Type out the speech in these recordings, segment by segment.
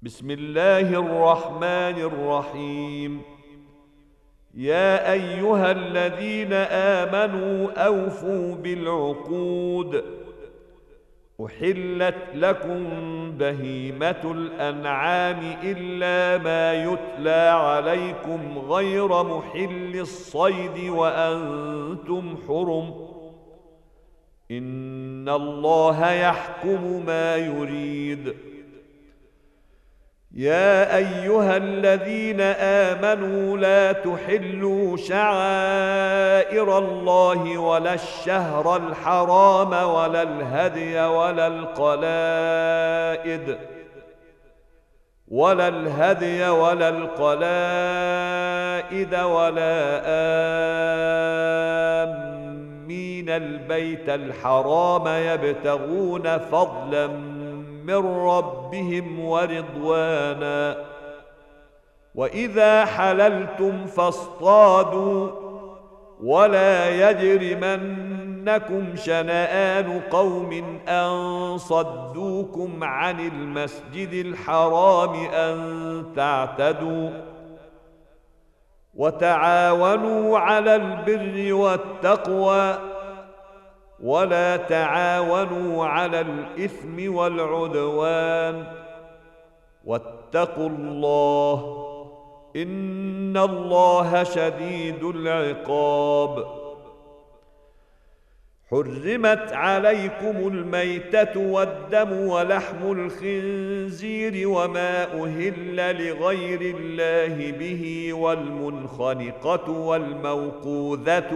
بسم الله الرحمن الرحيم. يا أيها الذين آمنوا أوفوا بالعقود. أحلت لكم بهيمة الأنعام إلا ما يتلى عليكم غير محل الصيد وأنتم حرم. إن الله يحكم ما يريد. يا أيها الذين آمنوا لا تحلوا شعائر الله ولا الشهر الحرام ولا الهدي ولا القلائد ولا آمين البيت الحرام يبتغون فضلا من ربهم ورضوانا. وإذا حللتم فاصطادوا ولا يجرمنكم شنآن قوم أن صدوكم عن المسجد الحرام أن تعتدوا. وتعاونوا على البر والتقوى ولا تعاونوا على الإثم والعدوان. واتقوا الله إن الله شديد العقاب. حرمت عليكم الميتة والدم ولحم الخنزير وما أهل لغير الله به والمنخنقة والموقوذة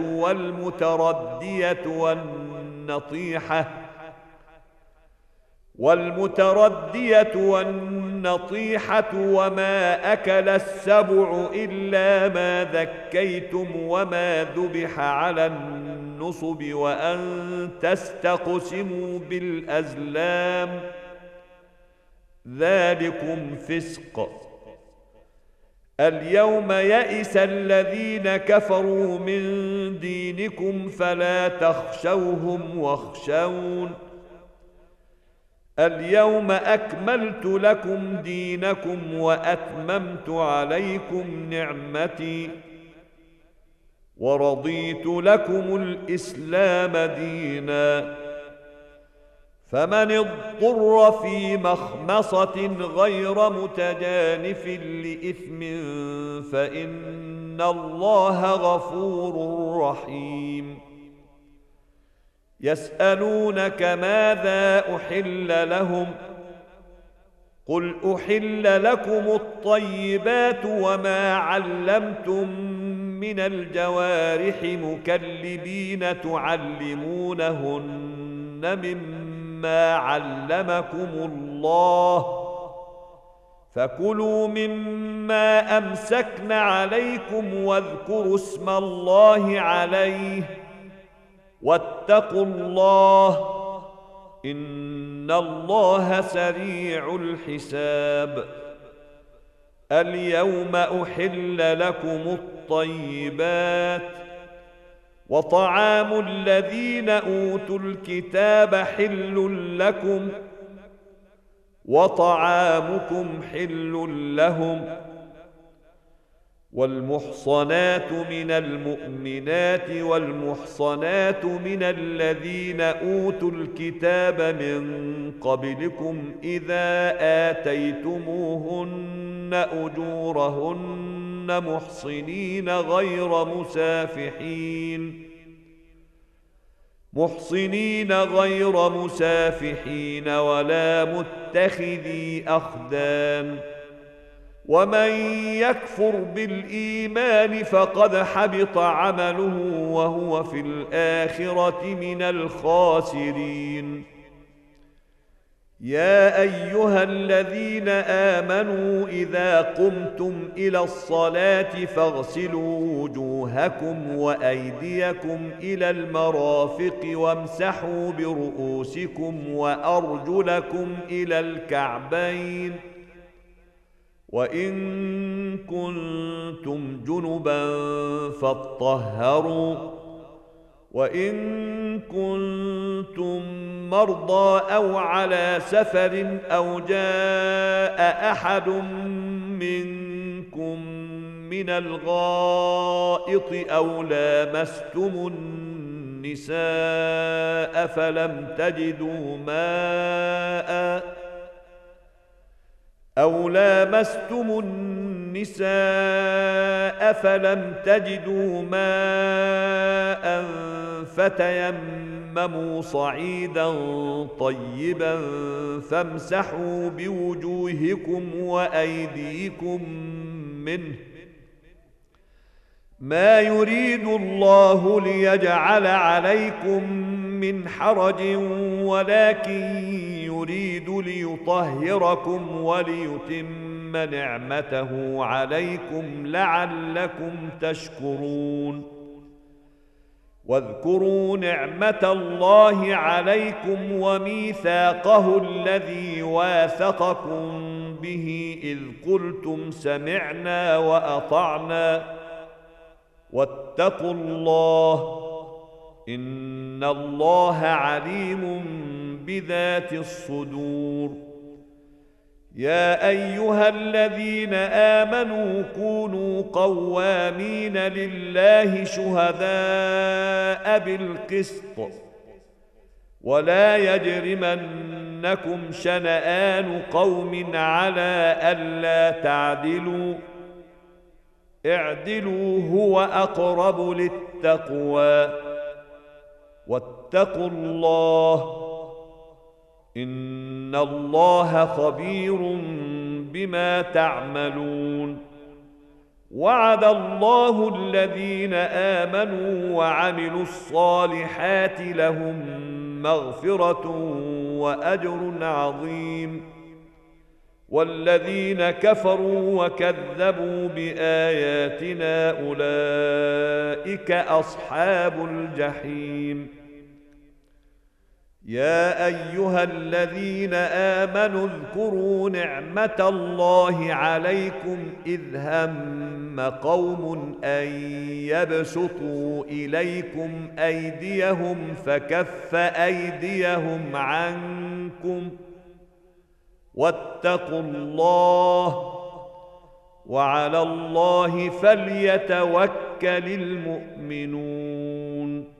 والمتردية والنطيحة وما أكل السبع إلا ما ذكيتم وما ذبح على النصب وأن تستقسموا بالأزلام ذلكم فسق. اليوم يئس الذين كفروا من دينكم فلا تخشوهم واخشون. اليوم أكملت لكم دينكم وأتممت عليكم نعمتي ورضيت لكم الإسلام دينا. فمن اضطر في مخمصة غير متجانف لإثم فإن الله غفور رحيم. يسألونك ماذا أحل لهم قل أحل لكم الطيبات وما علمتم من الجوارح مكلبين تعلمونهن مما علمكم الله فكلوا مما أمسكن عليكم واذكروا اسم الله عليه واتقوا الله إن الله سريع الحساب. اليوم أحل لكم الطيبات وطعام الذين أوتوا الكتاب حل لكم وطعامكم حل لهم. والمحصنات من المؤمنات والمحصنات من الذين أوتوا الكتاب من قبلكم إذا آتيتموهن أجورهن محصنين غير مسافحين ولا متخذي أخدان. ومن يكفر بالإيمان فقد حبط عمله وهو في الآخرة من الخاسرين. يا أيها الذين آمنوا إذا قمتم إلى الصلاة فاغسلوا وجوهكم وأيديكم إلى المرافق وامسحوا برؤوسكم وأرجلكم إلى الكعبين وإن كنتم جنبا فاطهروا وإن كنتم مرضى أو على سفر أو جاء أحد منكم من الغائط أو لامستم النساء فلم تجدوا ماء فتيمموا صعيدا طيبا فامسحوا بوجوهكم وأيديكم منه ما يريد الله ليجعل عليكم من حرج ولكن يريد ليطهركم وليتم نعمته عليكم لعلكم تشكرون واذكروا نعمة الله عليكم وميثاقه الذي واثقكم به إذ قلتم سمعنا وأطعنا واتقوا الله إن الله عليم بذات الصدور يا أيها الذين آمنوا كونوا قوامين لله شهداء بالقسط ولا يجرمنكم شنآن قوم على ألا تعدلوا اعدلوا هو أقرب للتقوى واتقوا الله إن الله خبير بما تعملون وعد الله الذين آمنوا وعملوا الصالحات لهم مغفرة وأجر عظيم والذين كفروا وكذبوا بآياتنا أولئك أصحاب الجحيم يا أيها الذين آمنوا اذكروا نعمة الله عليكم إذ هم قوم أن يبسطوا إليكم أيديهم فكف أيديهم عنكم واتقوا الله وعلى الله فليتوكل المؤمنون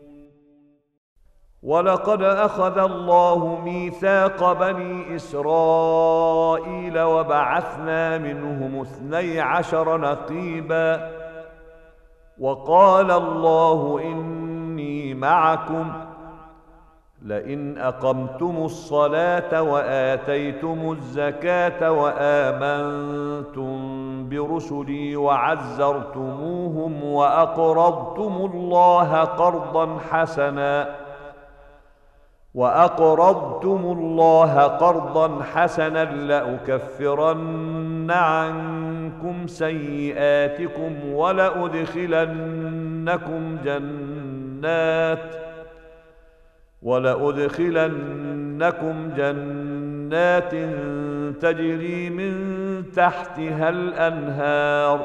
ولقد أخذ الله ميثاق بني إسرائيل وبعثنا منهم 12 نقيبا وقال الله إني معكم لئن أقمتم الصلاة وآتيتم الزكاة وآمنتم برسلي وعزرتموهم وأقرضتم الله قرضا حسنا لأكفرن عنكم سيئاتكم ولأدخلنكم جنات تجري من تحتها الأنهار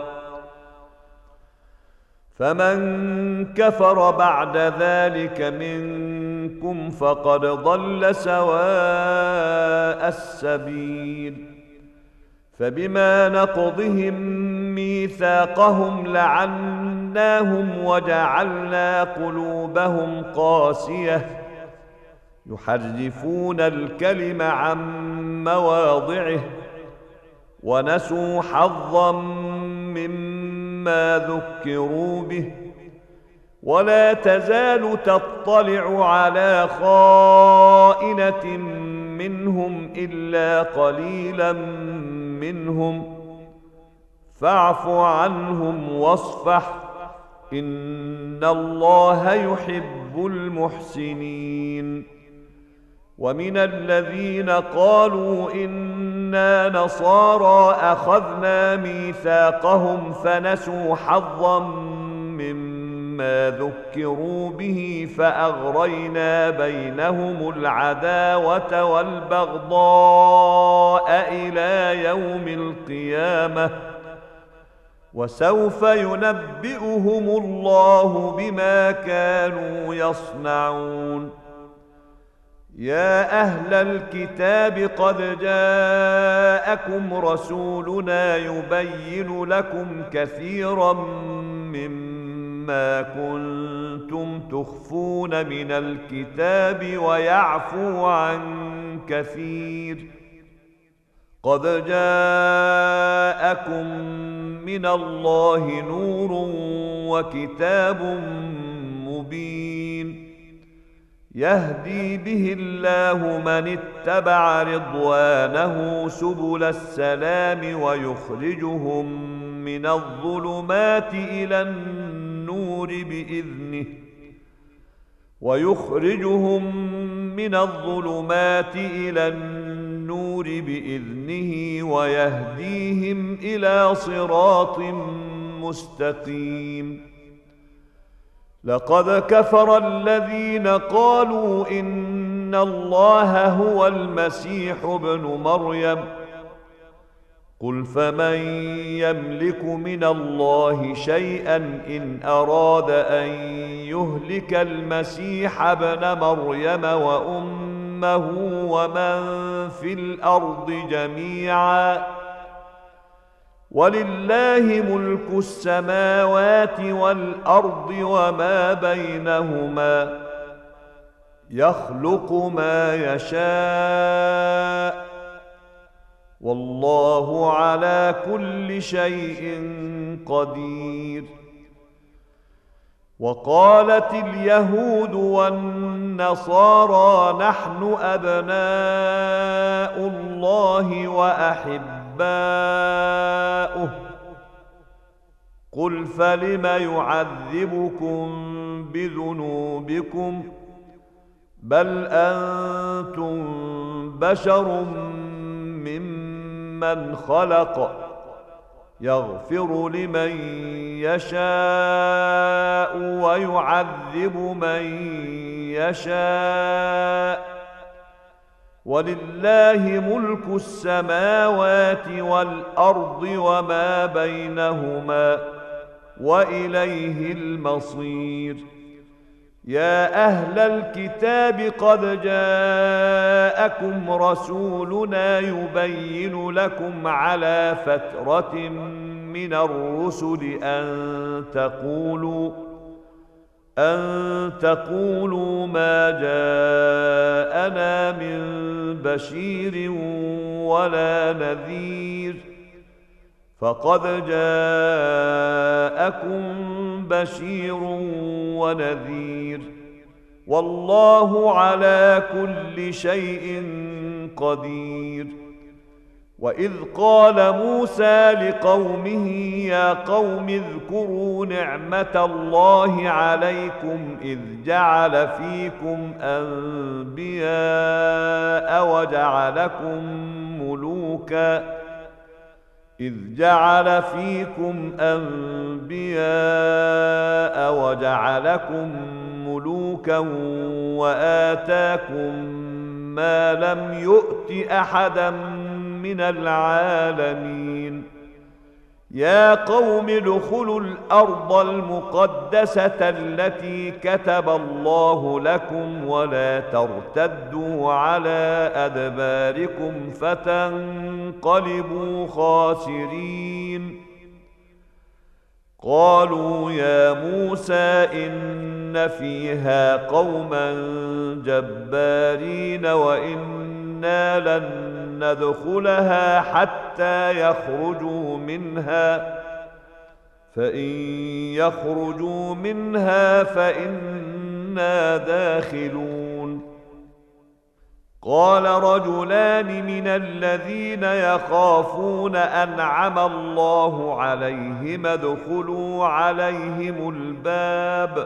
فمن كفر بعد ذلك منكم فقد ضل سواء السبيل فبما نقضهم ميثاقهم لعناهم وجعلنا قلوبهم قاسية يحرفون الكلم عن مواضعه ونسوا حظا مما ذكروا به ولا تزال تطلع على خائنة منهم إلا قليلا منهم فاعف عنهم واصفح إن الله يحب المحسنين ومن الذين قالوا إنا نصارى أخذنا ميثاقهم فنسوا حظا مما ذكروا به فأغرينا بينهم العداوة والبغضاء إلى يوم القيامة وسوف ينبئهم الله بما كانوا يصنعون يا أهل الكتاب قد جاءكم رسولنا يبين لكم كثيرا مما كنتم تخفون من الكتاب ويعفو عن كثير. قد جاءكم من الله نور وكتاب مبين يهدي به الله من اتبع رضوانه سبل السلام ويخرجهم من الظلمات إلى النور بإذنه ويهديهم إلى صراط مستقيم. لقد كفر الذين قالوا إن الله هو المسيح ابن مريم قل فمن يملك من الله شيئا إن أراد أن يهلك المسيح ابن مريم وأمه ومن في الأرض جميعا ولله ملك السماوات والأرض وما بينهما يخلق ما يشاء والله على كل شيء قدير. وقالت اليهود والنصارى نحن أبناء الله وأحباؤه قل فلم يعذبكم بذنوبكم بل أنتم بشر ممن خلق يغفر لمن يشاء ويعذب من يشاء ولله ملك السماوات والأرض وما بينهما وإليه المصير. يا أهل الكتاب قد جاءكم رسولنا يبين لكم على فترة من الرسل أن تقولوا ما جاءنا من بشير ولا نذير فقد جاءكم بشير ونذير والله على كل شيء قدير. وإذ قال موسى لقومه يا قوم اذكروا نعمة الله عليكم إذ جعل فيكم أنبياء وجعلكم ملوكا وآتاكم ما لم يؤت أحدا من العالمين. يا قوم ادخلوا الأرض المقدسة التي كتب الله لكم ولا ترتدوا على أدباركم فتنقلبوا خاسرين. قالوا يا موسى إن فيها قوما جبارين وإنا لن ندخلها حتى يخرجوا منها فإن يخرجوا منها فإنا داخلون. قال رجلان من الذين يخافون أنعم الله عليهم ادخلوا عليهم الباب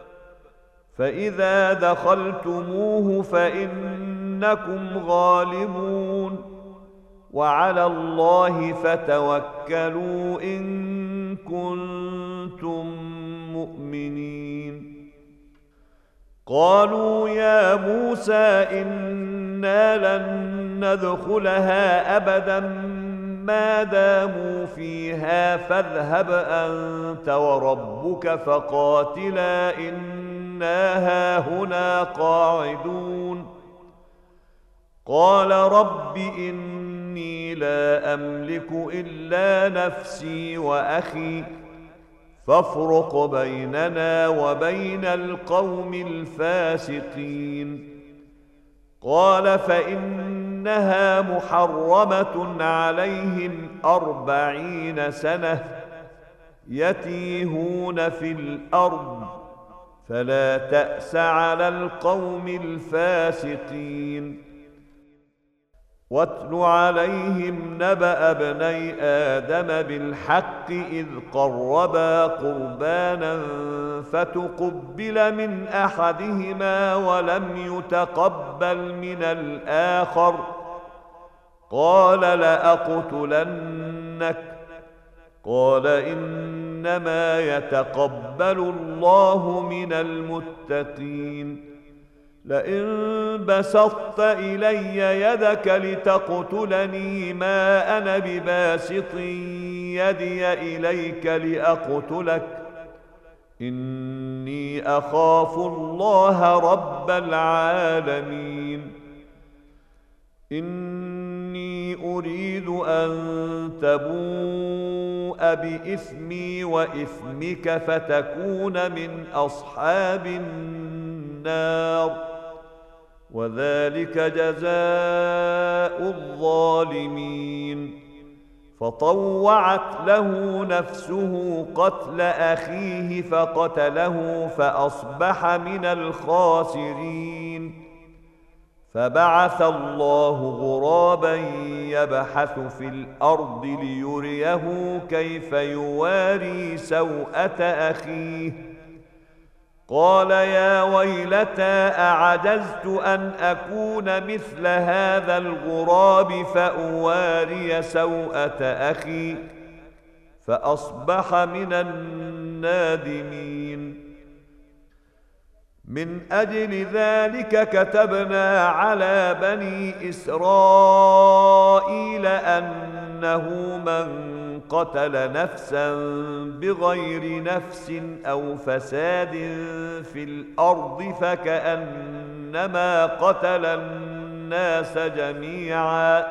فإذا دخلتموه فإنكم غالبون وعلى الله فتوكلوا إن كنتم مؤمنين. قالوا يا موسى إنا لن ندخلها أبدا ما داموا فيها فاذهب أنت وربك فقاتلا إنا هاهنا قاعدون. قال رب إني لا أملك إلا نفسي وأخي فافرق بيننا وبين القوم الفاسقين. قال فإنها محرمة عليهم 40 سنة يتيهون في الأرض فلا تأس على القوم الفاسقين. واتل عليهم نبأ ابني آدم بالحق إذ قربا قربانا فتقبل من أحدهما ولم يتقبل من الآخر قال لأقتلنك قال إنما يتقبل الله من المتقين. لئن بسطت إلي يدك لتقتلني ما أنا بباسط يدي إليك لأقتلك إني أخاف الله رب العالمين. إني أريد أن تبوء بإثمي وإثمك فتكون من أصحاب النار وذلك جزاء الظالمين. فطوعت له نفسه قتل أخيه فقتله فأصبح من الخاسرين. فبعث الله غرابا يبحث في الأرض ليريه كيف يواري سوءة أخيه قال يا ويلتى أعجزت أن أكون مثل هذا الغراب فأواري سوءة أخي فأصبح من النادمين. من أجل ذلك كتبنا على بني إسرائيل أنه من قتل نفسا بغير نفس أو فساد في الأرض فكأنما قتل الناس جميعا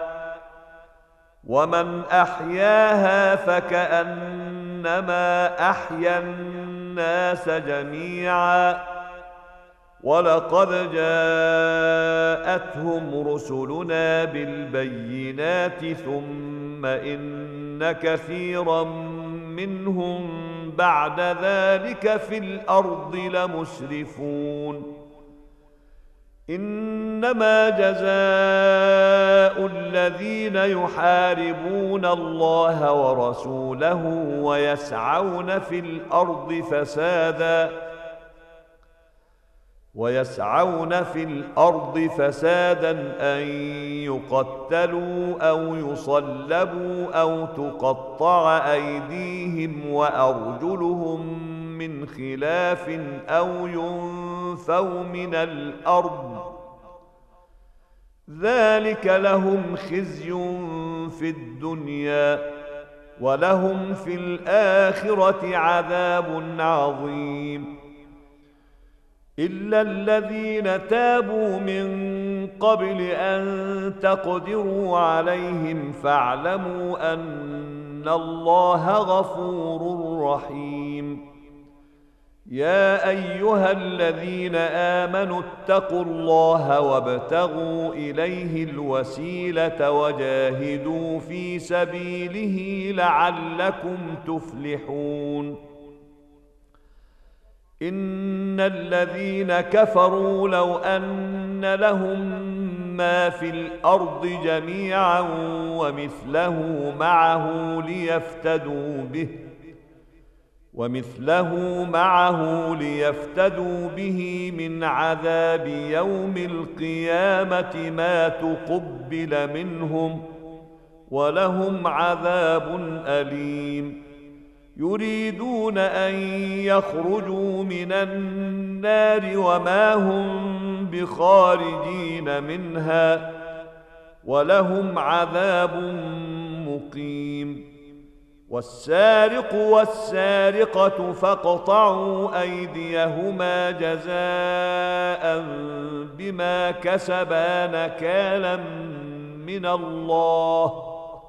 ومن أحياها فكأنما أحيا الناس جميعا. ولقد جاءتهم رسلنا بالبينات ثم إن كثيرا منهم بعد ذلك في الأرض لمسرفون. إنما جزاء الذين يحاربون الله ورسوله ويسعون في الأرض فسادا أن يقتلوا أو يصلبوا أو تقطع أيديهم وأرجلهم من خلاف أو ينفوا من الأرض ذلك لهم خزي في الدنيا ولهم في الآخرة عذاب عظيم. إلا الذين تابوا من قبل أن تقدروا عليهم فاعلموا أن الله غفور رحيم. يا أيها الذين آمنوا اتقوا الله وابتغوا إليه الوسيلة وجاهدوا في سبيله لعلكم تفلحون. إن الذين كفروا لو أن لهم ما في الأرض جميعا ومثله معه ليفتدوا به من عذاب يوم القيامة ما تقبل منهم ولهم عذاب أليم. يريدون أن يخرجوا من النار وما هم بخارجين منها ولهم عذاب مقيم. والسارق والسارقة فاقطعوا أيديهما جزاء بما كسبا نكالا من الله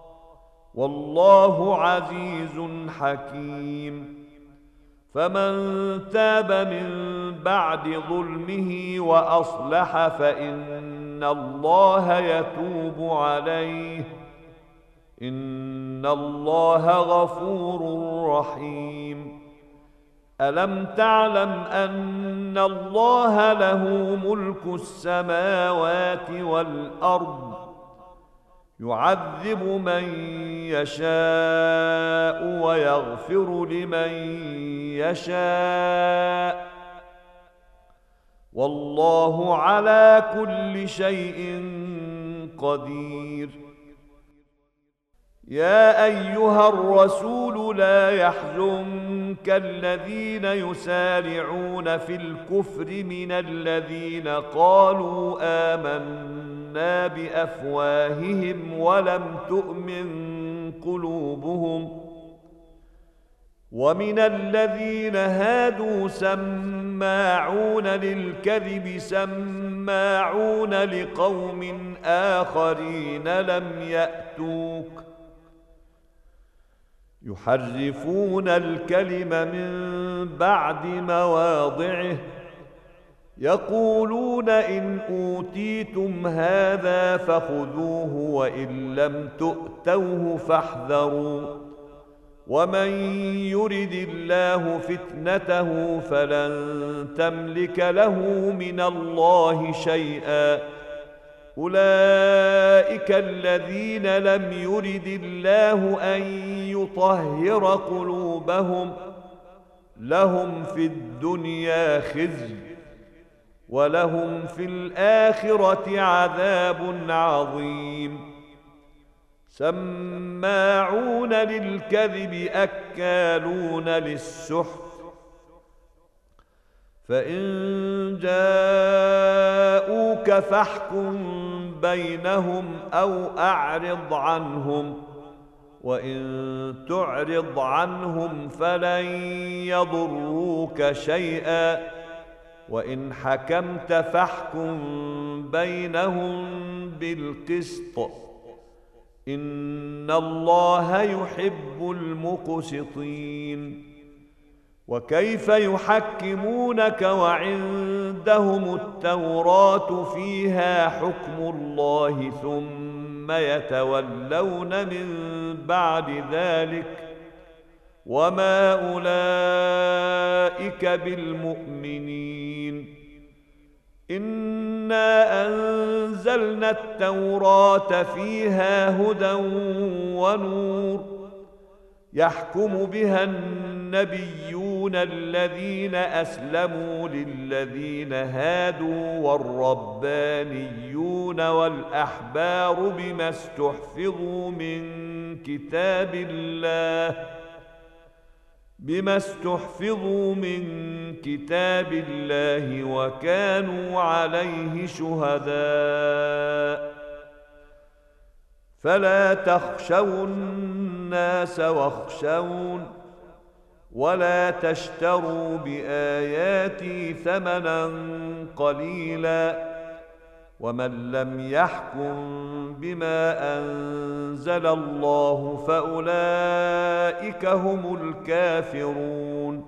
والله عزيز حكيم. فمن تاب من بعد ظلمه وأصلح فإن الله يتوب عليه إن الله غفور رحيم. ألم تعلم أن الله له ملك السماوات والأرض يعذب من يشاء ويغفر لمن يشاء والله على كل شيء قدير. يا أيها الرسول لا يحزنك الذين يسارعون في الكفر من الذين قالوا آمنا بأفواههم ولم تؤمن قلوبهم ومن الذين هادوا سماعون للكذب سماعون لقوم آخرين لم يأتوك يحرفون الكلم من بعد مواضعه يقولون إن أوتيتم هذا فخذوه وإن لم تؤتوه فاحذروا ومن يرد الله فتنته فلن تملك له من الله شيئا أولئك الذين لم يرد الله أن يطهر قلوبهم لهم في الدنيا خزي ولهم في الآخرة عذاب عظيم. سماعون للكذب أكالون للسحت فإن جاءوك فاحكم بينهم أو أعرض عنهم وإن تعرض عنهم فلن يضروك شيئا وإن حكمت فاحكم بينهم بالقسط إن الله يحب المقسطين. وكيف يحكمونك وعندهم التوراة فيها حكم الله ثم يتولون من بعد ذلك وما أولئك بالمؤمنين. إنا أنزلنا التوراة فيها هدى ونور يحكم بها النبيون الذين أسلموا للذين هادوا والربانيون والأحبار بما استحفظوا من كتاب الله وكانوا عليه شهداء. فلا تخشوا الناس واخشون ولا تشتروا بآياتي ثمنا قليلا ومن لم يحكم بما أنزل الله فأولئك هم الكافرون.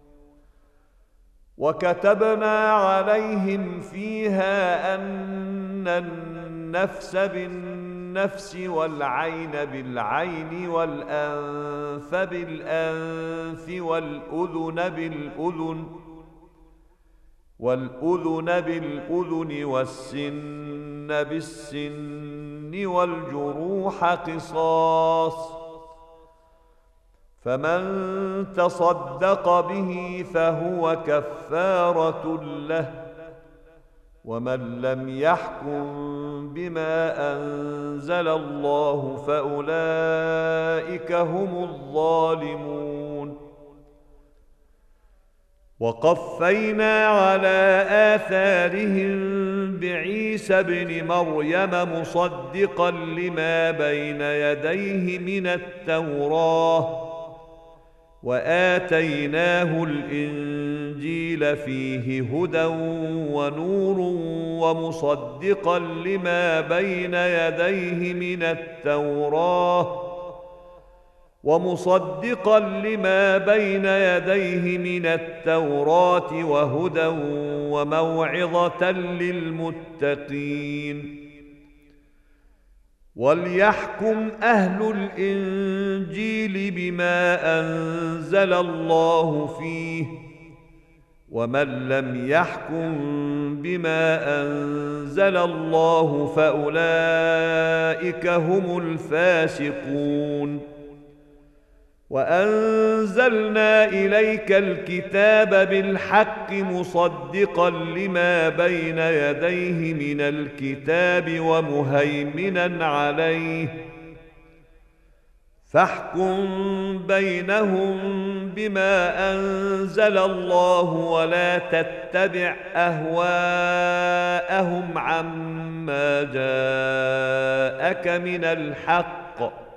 وكتبنا عليهم فيها أن النفس بالنفس والعين بالعين والأنف بالأنف والأذن بالأذن والسن بالسن والجروح قصاص فمن تصدق به فهو كفارة له ومن لم يحكم بما أنزل الله فأولئك هم الظالمون. وقفينا على آثارهم بعيسى ابن مريم مصدقا لما بين يديه من التوراة وآتيناه الإنجيل فيه هدى ونور ومصدقا لما بين يديه من التوراة وهدى وموعظة للمتقين. وليحكم أهل الإنجيل بما أنزل الله فيه، ومن لم يحكم بما أنزل الله فأولئك هم الفاسقون. وأنزلنا إليك الكتاب بالحق مصدقا لما بين يديه من الكتاب ومهيمنا عليه، فاحكم بينهم بما أنزل الله ولا تتبع أهواءهم عما جاءك من الحق،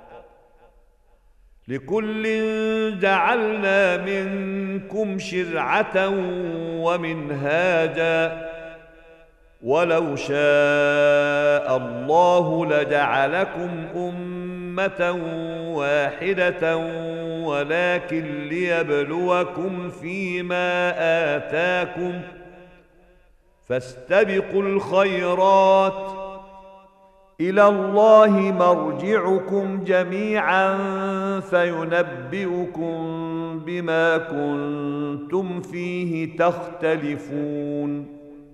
لكل جعلنا منكم شرعة ومنهاجا، ولو شاء الله لجعلكم أمة واحدة ولكن ليبلوكم فيما آتاكم، فاستبقوا الخيرات، إلى الله مرجعكم جميعا فينبئكم بما كنتم فيه تختلفون.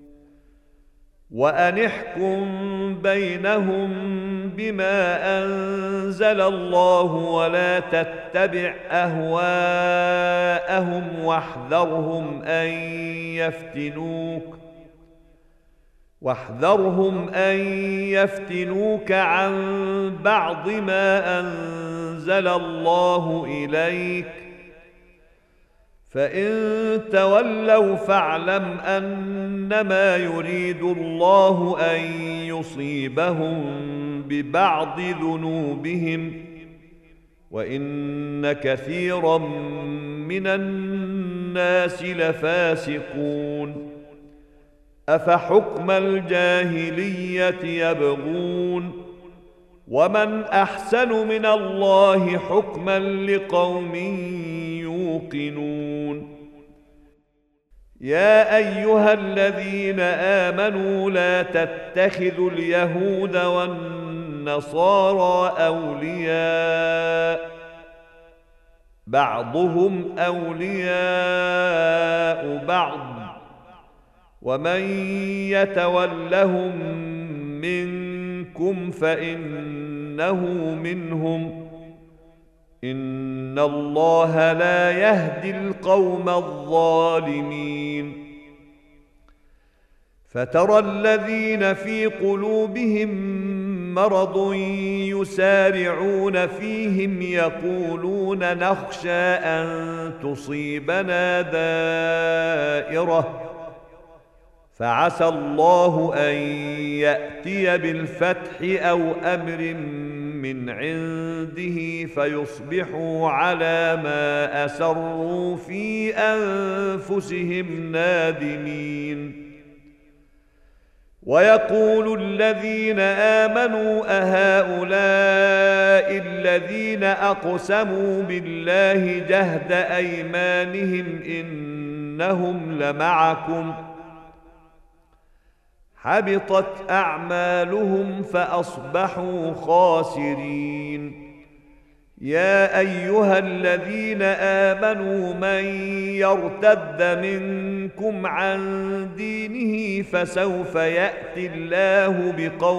وأن احكم بينهم بما أنزل الله ولا تتبع أهواءهم واحذرهم أن يفتنوك عن بعض ما أنزل الله إليك، فإن تولوا فاعلم أنما يريد الله أن يصيبهم ببعض ذنوبهم، وإن كثيرا من الناس لفاسقون. أفحكم الجاهلية يبغون، ومن أحسن من الله حكما لقوم يوقنون. يا أيها الذين آمنوا لا تتخذوا اليهود والنصارى أولياء، بعضهم أولياء بعض، ومن يتولهم منكم فإنه منهم، إن الله لا يهدي القوم الظالمين. فترى الذين في قلوبهم مرض يسارعون فيهم يقولون نخشى أن تصيبنا دائرة، فعسى الله أن يأتي بالفتح أو أمر من عنده فيصبحوا على ما أسروا في أنفسهم نادمين. ويقول الذين آمنوا أهؤلاء الذين أقسموا بالله جهد أيمانهم إنهم لمعكم، حبطت أعمالهم فأصبحوا خاسرين. يا أيها الذين آمنوا من يرتد منكم عن دينه فسوف يأتي الله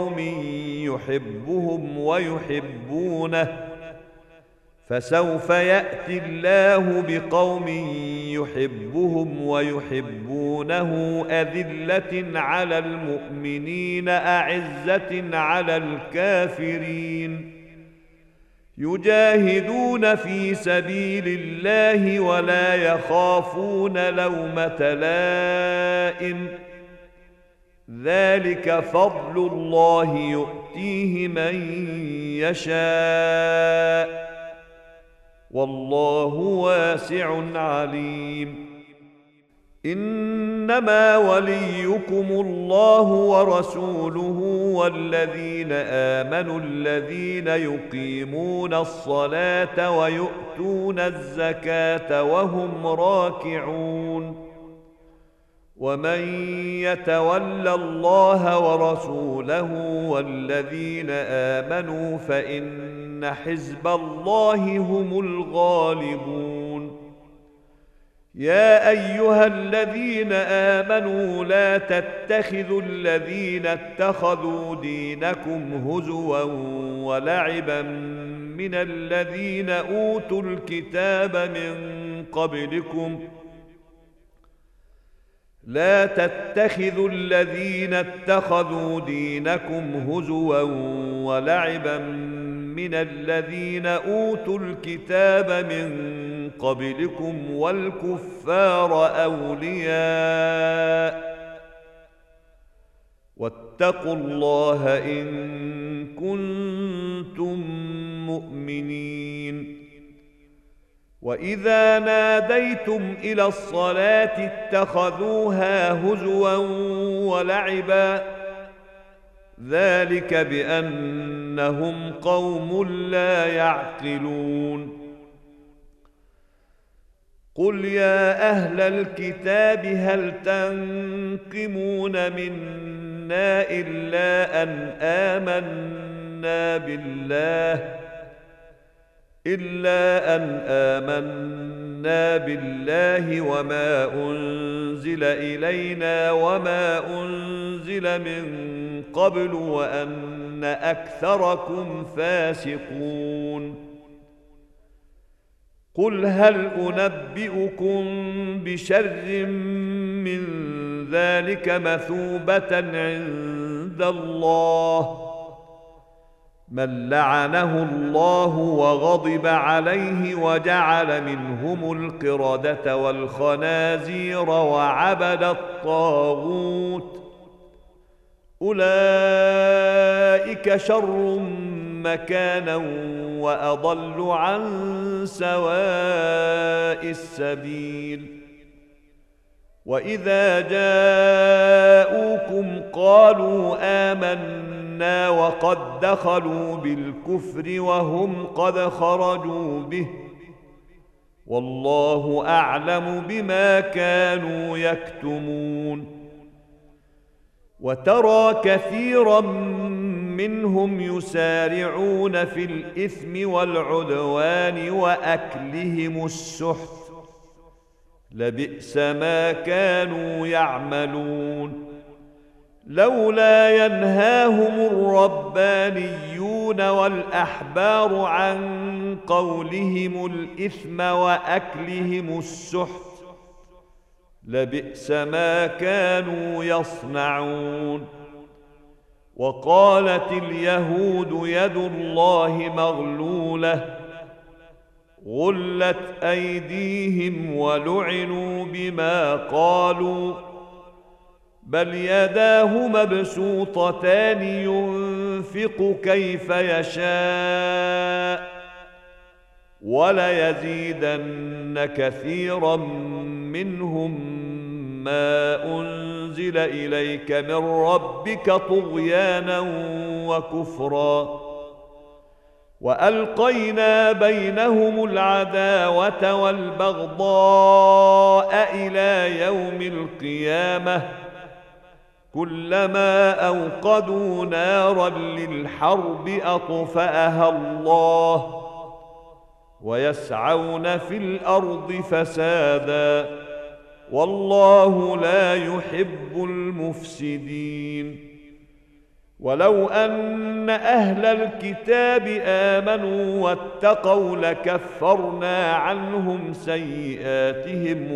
بقوم يحبهم ويحبونه أذلة على المؤمنين أعزة على الكافرين، يجاهدون في سبيل الله ولا يخافون لومة لائم ذلك فضل الله يؤتيه من يشاء والله واسع عليم إنما وليكم الله ورسوله والذين آمنوا الذين يقيمون الصلاة ويؤتون الزكاة وهم راكعون ومن يتول الله ورسوله والذين آمنوا فإن حزب الله هم الغالبون يا أيها الذين آمنوا لا تتخذوا الذين اتخذوا دينكم هزوا ولعبا من الذين أوتوا الكتاب من قبلكم لا تتخذوا الذين اتخذوا دينكم هزوا ولعبا من الذين أوتوا الكتاب من قبلكم والكفار أولياء واتقوا الله إن كنتم مؤمنين وإذا ناديتم إلى الصلاة اتخذوها هزوا ولعبا ذلك بأنهم قوم لا يعقلون قل يا أهل الكتاب هل تنقمون منا إلا أن آمنا بالله وما أنزل إلينا وما أنزل من قبل وأن أكثركم فاسقون قل هل أنبئكم بشر من ذلك مثوبة عند الله من لعنه الله وغضب عليه وجعل منهم القردة والخنازير وعبد الطاغوت أولئك شر مكانا وأضل عن سواء السبيل وإذا جاءوكم قالوا آمنا وقد دخلوا بالكفر وهم قد خرجوا به والله أعلم بما كانوا يكتمون وترى كثيرا منهم يسارعون في الإثم والعدوان وأكلهم السحت لبئس ما كانوا يعملون لولا ينهاهم الربانيون والأحبار عن قولهم الإثم وأكلهم السحت لبئس ما كانوا يصنعون وقالت اليهود يد الله مغلولة غلت أيديهم ولعنوا بما قالوا بل يداه مبسوطتان ينفق كيف يشاء وليزيدن كثيرا منهم ما أنزل إليك من ربك طغيانا وكفرا وألقينا بينهم العداوة والبغضاء إلى يوم القيامة كلما أوقدوا نارا للحرب أطفأها الله ويسعون في الأرض فسادا والله لا يحب المفسدين ولو أن أهل الكتاب آمنوا واتقوا لكفرنا عنهم سيئاتهم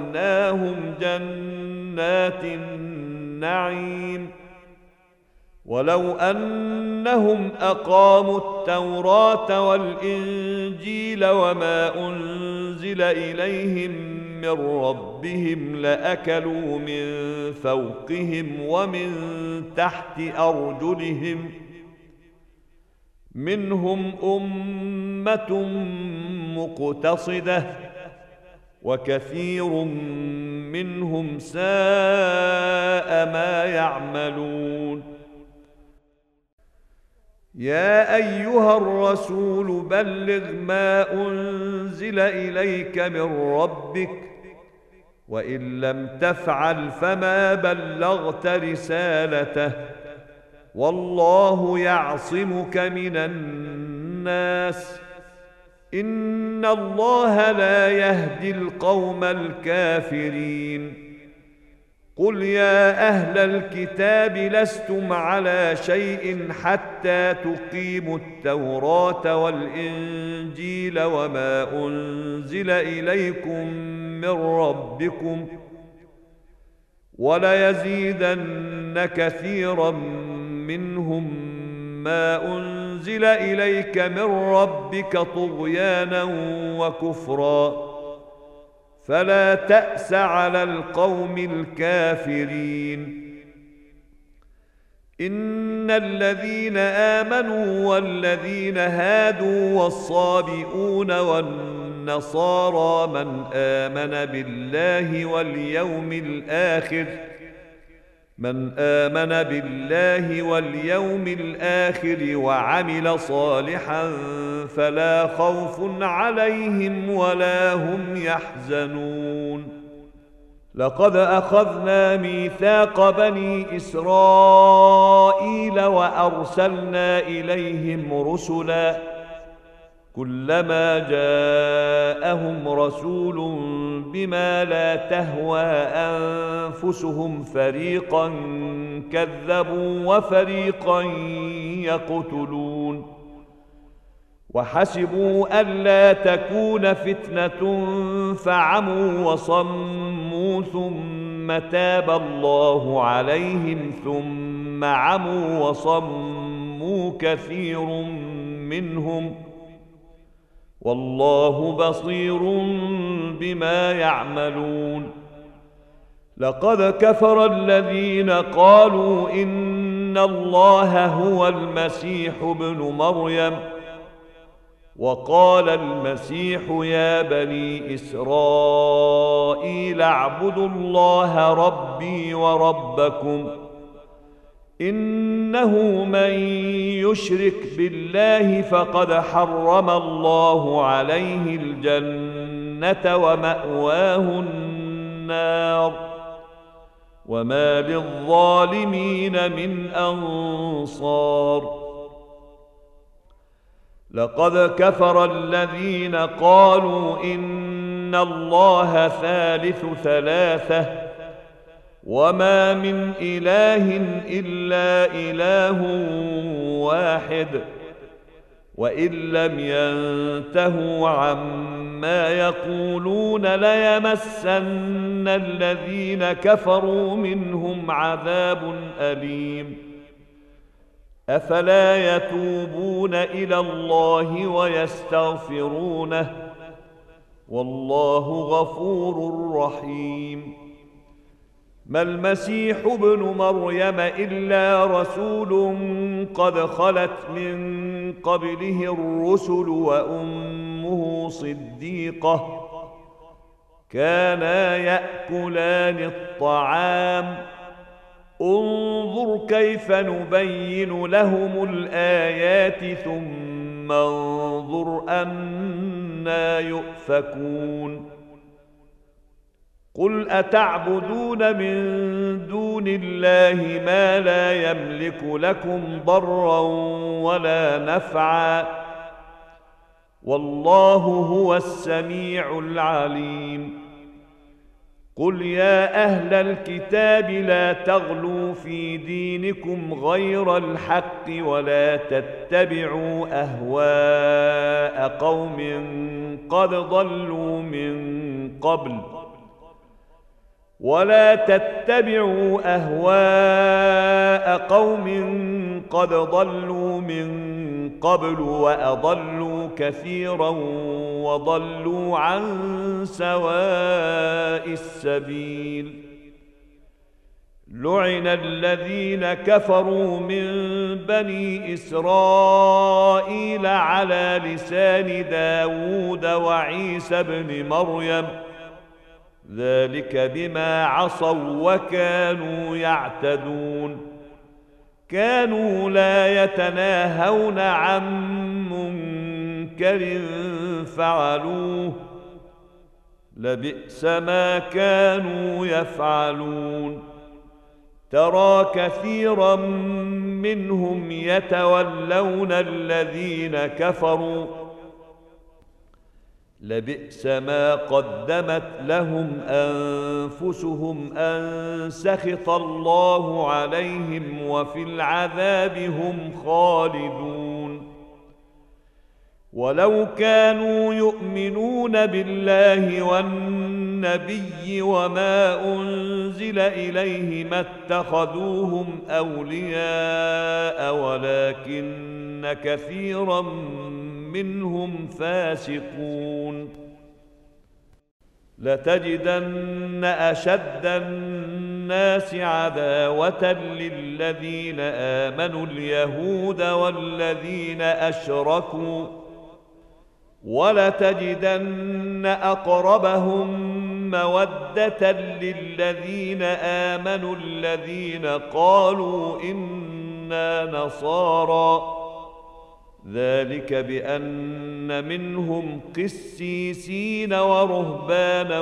ولأدخلناهم جنات النعيم ولو أنهم أقاموا التوراة والإنجيل وما أنزل إليهم من ربهم لأكلوا من فوقهم ومن تحت أرجلهم منهم أمة مقتصدة وكثير منهم ساء ما يعملون. يا أيها الرسول بلغ ما أنزل إليك من ربك وإن لم تفعل فما بلغت رسالته والله يعصمك من الناس إن الله لا يهدي القوم الكافرين. قل يا أهل الكتاب لستم على شيء حتى تقيموا التوراة والإنجيل وما أنزل إليكم من ربكم وليزيدن كثيرا منهم ما أنزل إليك من ربك طغيانا وكفرا فلا تأس على القوم الكافرين. إن الذين آمنوا والذين هادوا والصابئون والنصارى من آمن بالله واليوم الآخر وعمل صالحا فلا خوف عليهم ولا هم يحزنون. لقد أخذنا ميثاق بني إسرائيل وأرسلنا إليهم رسلا كلما جاءهم رسول بما لا تهوى أنفسهم فريقا كذبوا وفريقا يقتلون وحسبوا ألا تكون فتنة فعموا وصموا ثم تاب الله عليهم ثم عموا وصموا كثير منهم والله بصير بما يعملون. لقد كفر الذين قالوا إن الله هو المسيح ابن مريم وقال المسيح يا بني إسرائيل اعبدوا الله ربي وربكم إنه من يشرك بالله فقد حرم الله عليه الجنة ومأواه النار وما للظالمين من أنصار. لقد كفر الذين قالوا إن الله ثالث ثلاثة وما من إله إلا إله واحد وإن لم ينتهوا عما يقولون ليمسن الذين كفروا منهم عذاب أليم. أفلا يتوبون إلى الله ويستغفرونه والله غفور رحيم. ما المسيح ابن مريم إلا رسول قد خلت من قبله الرسل وأمه صديقة كانا يأكلان الطعام انظر كيف نبين لهم الآيات ثم انظر أنى يؤفكون. قل أتعبدون من دون الله ما لا يملك لكم ضرا ولا نفعا والله هو السميع العليم. قل يا أهل الكتاب لا تغلوا في دينكم غير الحق ولا تتبعوا أهواء قوم قد ضلوا من قبل ولا تتبعوا أهواء قوم قد ضلوا من قبل وأضلوا كثيرا وضلوا عن سواء السبيل. لعن الذين كفروا من بني إسرائيل على لسان داود وعيسى بن مريم ذلك بما عصوا وكانوا يعتدون. كانوا لا يتناهون عن منكر فعلوه لبئس ما كانوا يفعلون. ترى كثيرا منهم يتولون الذين كفروا لبئس ما قدمت لهم أنفسهم أن سخط الله عليهم وفي العذاب هم خالدون. ولو كانوا يؤمنون بالله والنبي وما أنزل إليه ما اتخذوهم أولياء ولكن كثيرا منهم فاسقون. لتجدن أشد الناس عداوة للذين آمنوا اليهود والذين أشركوا ولتجدن أقربهم مودة للذين آمنوا الذين قالوا إنا نصارى ذلك بأن منهم قسيسين ورهبانا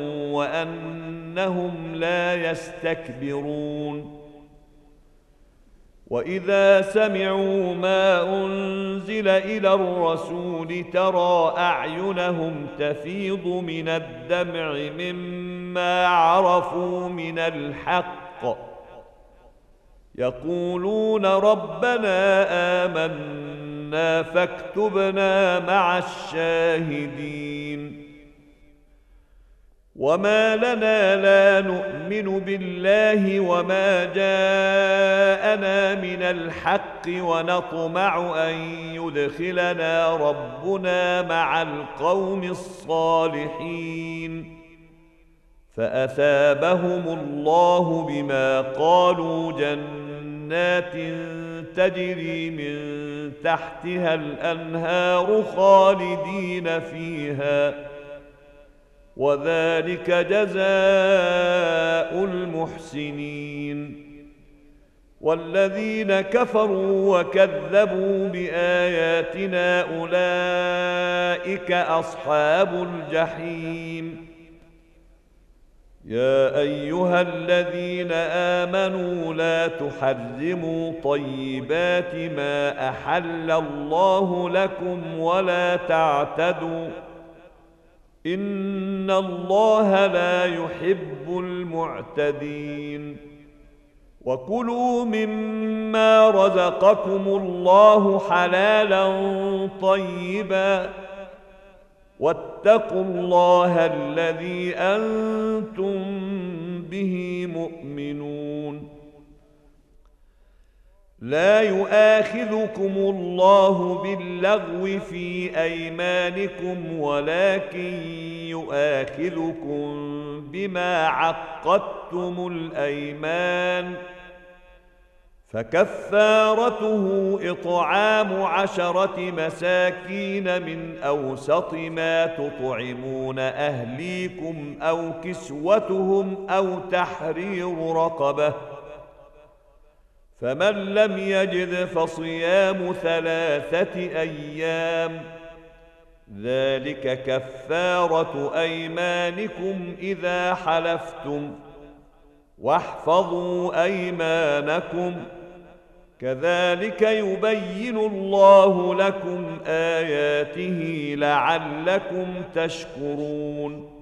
وأنهم لا يستكبرون. وإذا سمعوا ما أنزل إلى الرسول ترى أعينهم تفيض من الدمع مما عرفوا من الحق يقولون ربنا آمنا فاكتبنا مع الشاهدين. وما لنا لا نؤمن بالله وما جاءنا من الحق ونطمع أن يدخلنا ربنا مع القوم الصالحين فأثابهم الله بما قالوا جنات تجري من تحتها الأنهار خالدين فيها وذلك جزاء المحسنين. والذين كفروا وكذبوا بآياتنا أولئك أصحاب الجحيم. يا أيها الذين آمنوا لا تحرموا طيبات ما أحل الله لكم ولا تعتدوا إن الله لا يحب المعتدين. وكلوا مما رزقكم الله حلالا طيبا واتقوا الله الذي أنتم به مؤمنون. لا يؤاخذكم الله باللغو في أيمانكم ولكن يؤاخذكم بما عقدتم الأيمان فكفارته إطعام 10 مساكين من أوسط ما تطعمون أهليكم أو كسوتهم أو تحرير رقبة فمن لم يجد فصيام 3 أيام ذلك كفارة أيمانكم إذا حلفتم واحفظوا أيمانكم كذلك يبين الله لكم آياته لعلكم تشكرون.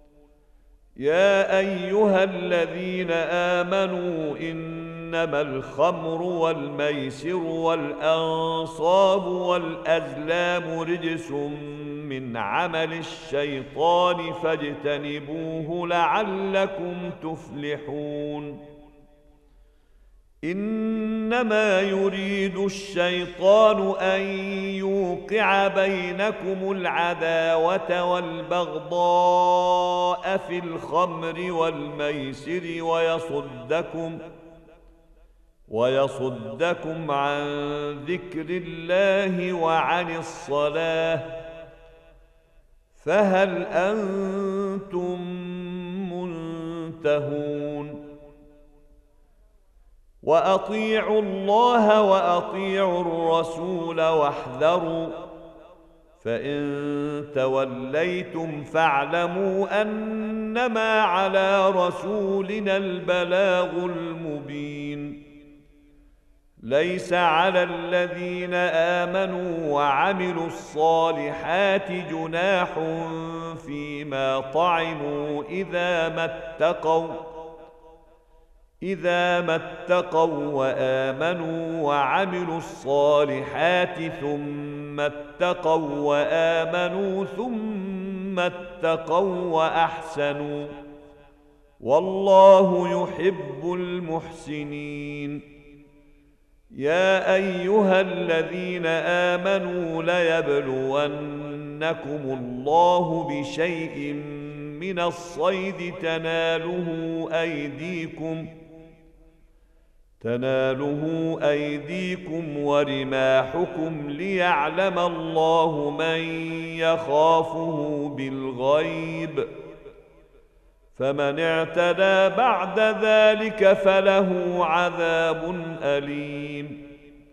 يا أيها الذين آمنوا إنما الخمر والميسر والأنصاب والأزلام رجس من عمل الشيطان فاجتنبوه لعلكم تفلحون. إنما يريد الشيطان أن يوقع بينكم العداوة والبغضاء في الخمر والميسر ويصدكم عن ذكر الله وعن الصلاة فهل أنتم منتهون وأطيعوا الله وأطيعوا الرسول واحذروا فإن توليتم فاعلموا أنما على رسولنا البلاغ المبين ليس على الذين آمنوا وعملوا الصالحات جناح فيما طعموا إذا ما اتقوا وآمنوا وعملوا الصالحات ثم اتقوا وآمنوا ثم اتقوا وأحسنوا والله يحب المحسنين يا أيها الذين آمنوا ليبلونكم الله بشيء من الصيد تناله أيديكم ورماحكم ليعلم الله من يخافه بالغيب فمن اعتدى بعد ذلك فله عذاب أليم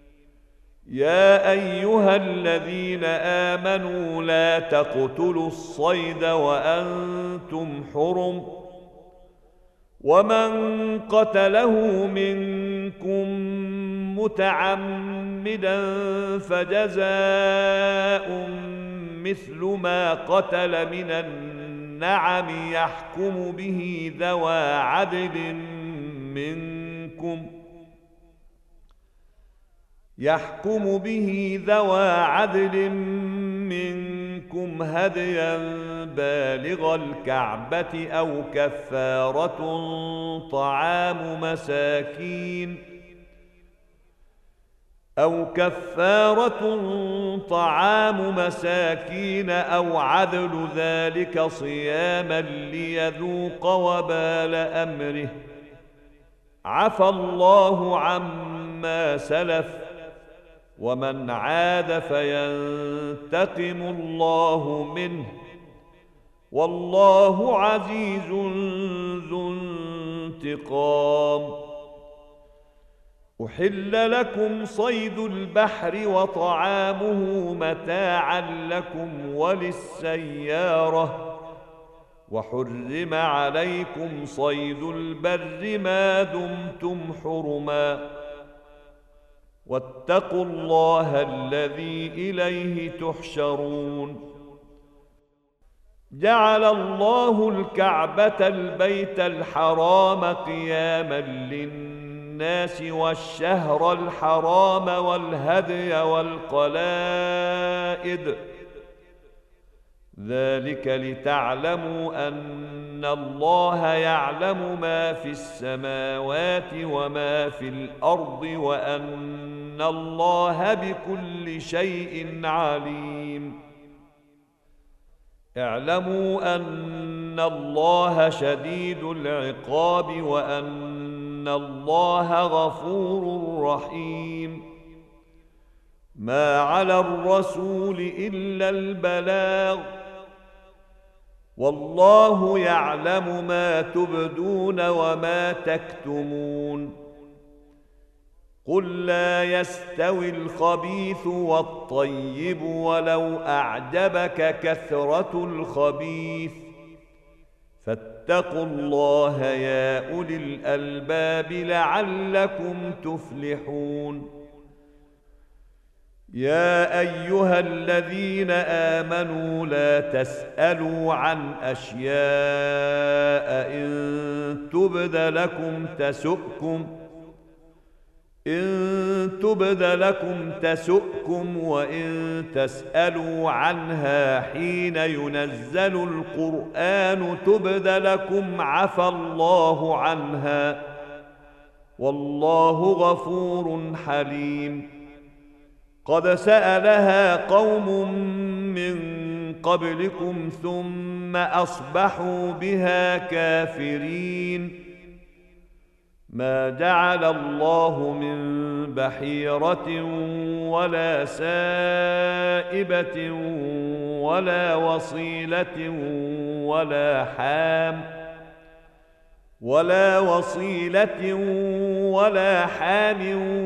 يا أيها الذين آمنوا لا تقتلوا الصيد وأنتم حرم ومن قتله منكم متعمدا فجزاء مثل ما قتل من النعم يحكم به ذوى عدل منكم هديا بالغ الكعبة أو كفارة طعام مساكين أو عدل ذلك صياما ليذوق وبال أمره عفى الله عما سلف ومن عاد فينتقم الله منه والله عزيز ذو انتقام أحل لكم صيد البحر وطعامه متاعا لكم وللسيارة وحرم عليكم صيد البر ما دمتم حرما واتقوا الله الذي إليه تحشرون جعل الله الكعبة البيت الحرام قياما للناس والشهر الحرام والهدي والقلائد ذلك لتعلموا أن الله يعلم ما في السماوات وما في الأرض وأن الله بكل شيء عليم اعلموا أن الله شديد العقاب وأن الله غفور رحيم ما على الرسول إلا البلاغ والله يعلم ما تبدون وما تكتمون قل لا يستوي الخبيث والطيب ولو أعجبك كثرة الخبيث فاتقوا الله يا أولي الألباب لعلكم تفلحون يا أيها الذين آمنوا لا تسألوا عن أشياء إن تبد لكم تسؤكم وإن تسألوا عنها حين ينزل القرآن تبد لكم عفى الله عنها والله غفور حليم. قد سألها قوم من قبلكم ثم أصبحوا بها كافرين. ما جعل الله من بحيرة ولا سائبة ولا وصيلة ولا حام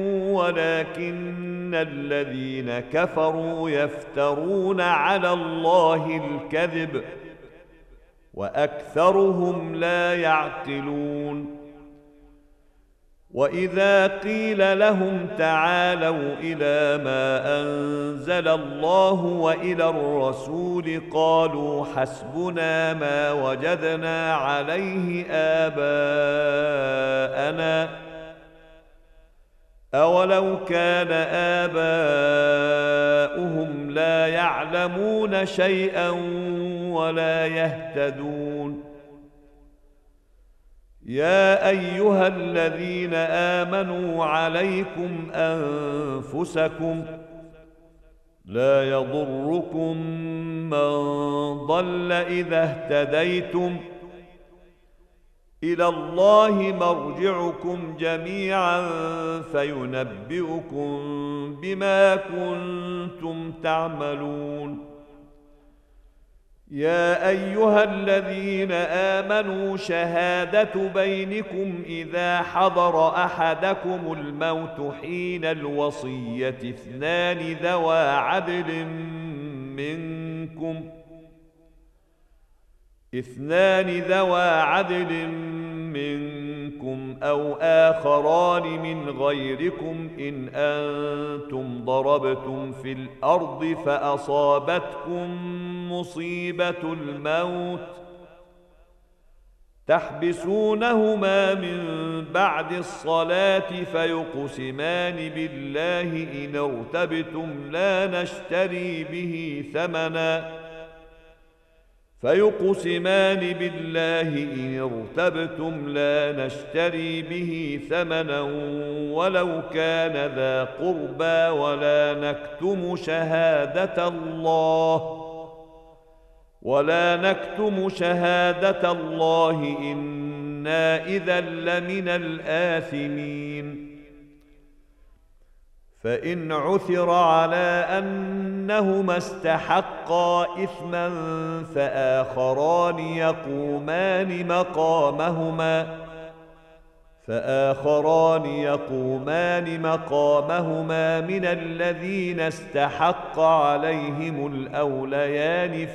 ولكن الذين كفروا يفترون على الله الكذب وأكثرهم لا يعقلون. وإذا قيل لهم تعالوا إلى ما أنزل الله وإلى الرسول قالوا حسبنا ما وجدنا عليه آباءنا أولو كان آباؤهم لا يعلمون شيئا ولا يهتدون. يا أيها الذين آمنوا عليكم أنفسكم لا يضركم من ضل إذا اهتديتم إلى الله مرجعكم جميعا فينبئكم بما كنتم تعملون. يا أيها الذين آمنوا شهادة بينكم إذا حضر أحدكم الموت حين الوصية اثنان ذوى عدل منكم أو آخران من غيركم إن أنتم ضربتم في الأرض فأصابتكم مصيبة الموت تحبسونهما من بعد الصلاة فيقسمان بالله إن ارتبتم لا نشتري به ثمنا ولو كان ذا قربى ولا نكتم شهادة الله إنا إذا لمن الآثمين. فإن عثر على أنهما استحقا إثما فآخران يقومان مقامهما من الذين استحق عليهم الأوليان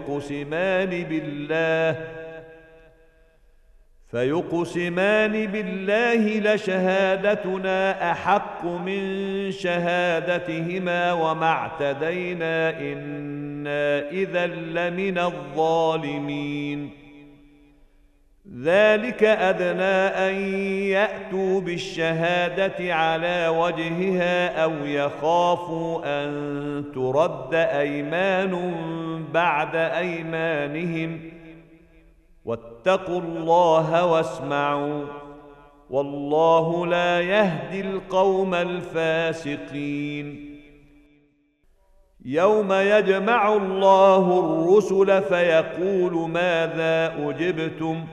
فيقسمان بالله لشهادتنا أحق من شهادتهما وما اعتدينا إنا إذا لمن الظالمين. ذلك أدنى أن يأتوا بالشهادة على وجهها أو يخافوا أن ترد أيمان بعد أيمانهم واتقوا الله واسمعوا والله لا يهدي القوم الفاسقين. يوم يجمع الله الرسل فيقول ماذا أجبتم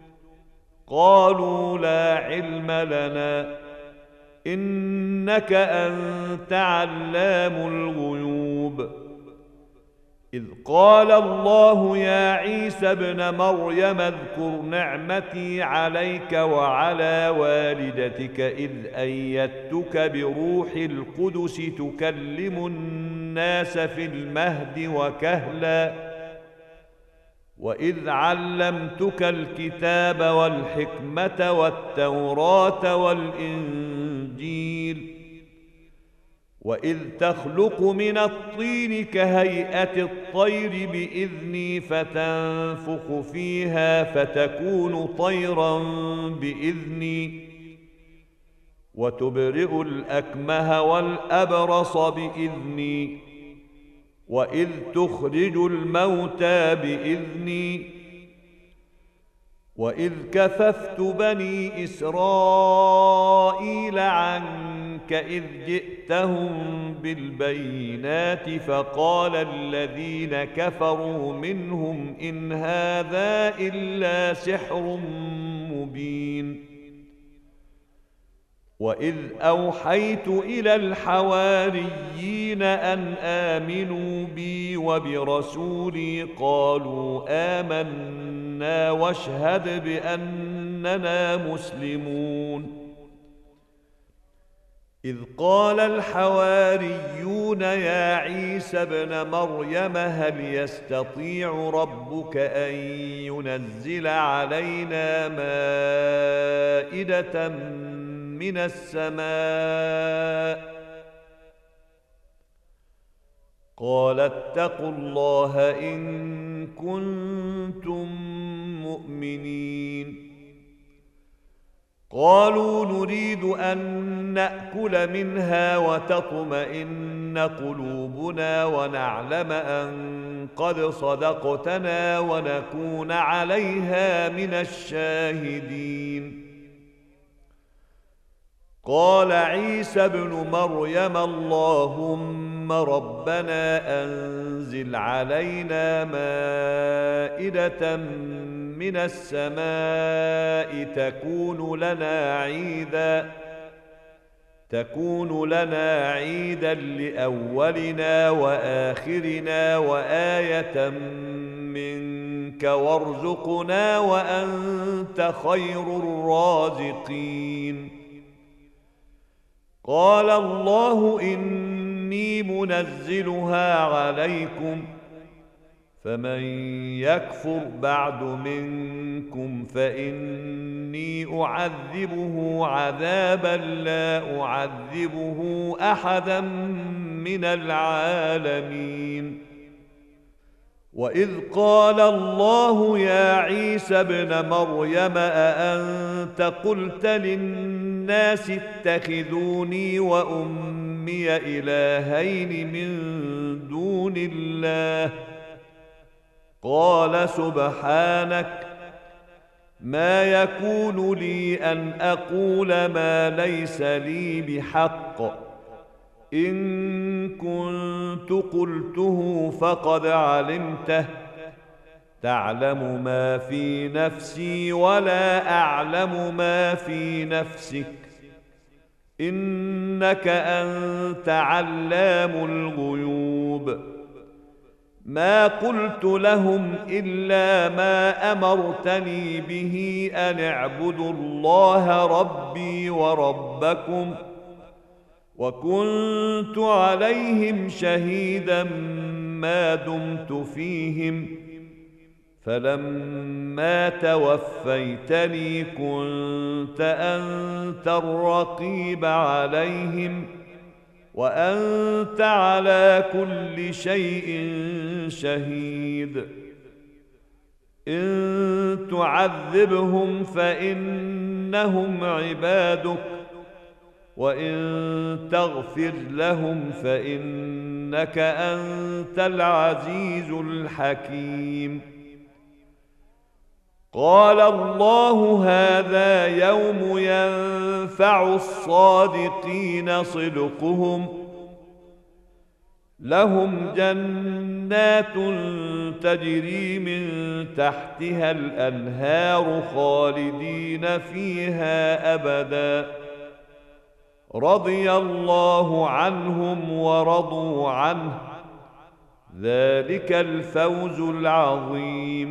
قالوا لا علم لنا إنك أنت علام الغيوب. إذ قال الله يا عيسى ابن مريم اذكر نعمتي عليك وعلى والدتك إذ أيدتك بروح القدس تكلم الناس في المهد وكهلا وإذ علمتك الكتاب والحكمة والتوراة والإنجيل وإذ تخلق من الطين كهيئة الطير بإذني فتنفخ فيها فتكون طيرا بإذني وتبرئ الأكمه والأبرص بإذني وإذ تخرج الموتى بإذني وإذ كففت بني إسرائيل عنك إذ جئتهم بالبينات فقال الذين كفروا منهم إن هذا إلا سحر مبين وإذ أوحيت إلى الحواريين أن آمنوا بي وبرسولي قالوا آمنا واشهد بأننا مسلمون إذ قال الحواريون يا عيسى ابن مريم هل يستطيع ربك أن ينزل علينا مائدة من السماء قال اتقوا الله إن كنتم مؤمنين قالوا نريد أن نأكل منها وتطمئن قلوبنا ونعلم أن قد صدقتنا ونكون عليها من الشاهدين قال عيسى ابن مريم اللهم ربنا أنزل علينا مائدة من السماء تكون لنا عيدا لأولنا وآخرنا وآية منك وارزقنا وأنت خير الرازقين قال الله إني منزلها عليكم فمن يكفر بعد منكم فإني أعذبه عذابا لا أعذبه أحدا من العالمين وإذ قال الله يا عيسى ابن مريم أأنت قلت للناس اتخذوني وأمي إلهين من دون الله قال سبحانك ما يكون لي أن أقول ما ليس لي بحق إن كنت قلته فقد علمته تعلم ما في نفسي ولا أعلم ما في نفسك إنك أنت علام الغيوب ما قلت لهم إلا ما أمرتني به أن اعبدوا الله ربي وربكم وكنت عليهم شهيدا ما دمت فيهم فلما توفيتني كنت أنت الرقيب عليهم وأنت على كل شيء شهيد إن تعذبهم فإنهم عبادك وإن تغفر لهم فإنك أنت العزيز الحكيم قال الله هذا يوم ينفع الصادقين صدقهم لهم جنات تجري من تحتها الأنهار خالدين فيها أبدا رضي الله عنهم ورضوا عنه ذلك الفوز العظيم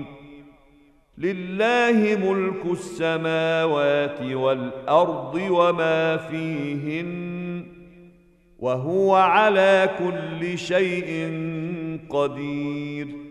لله ملك السماوات والأرض وما فيهن وهو على كل شيء قدير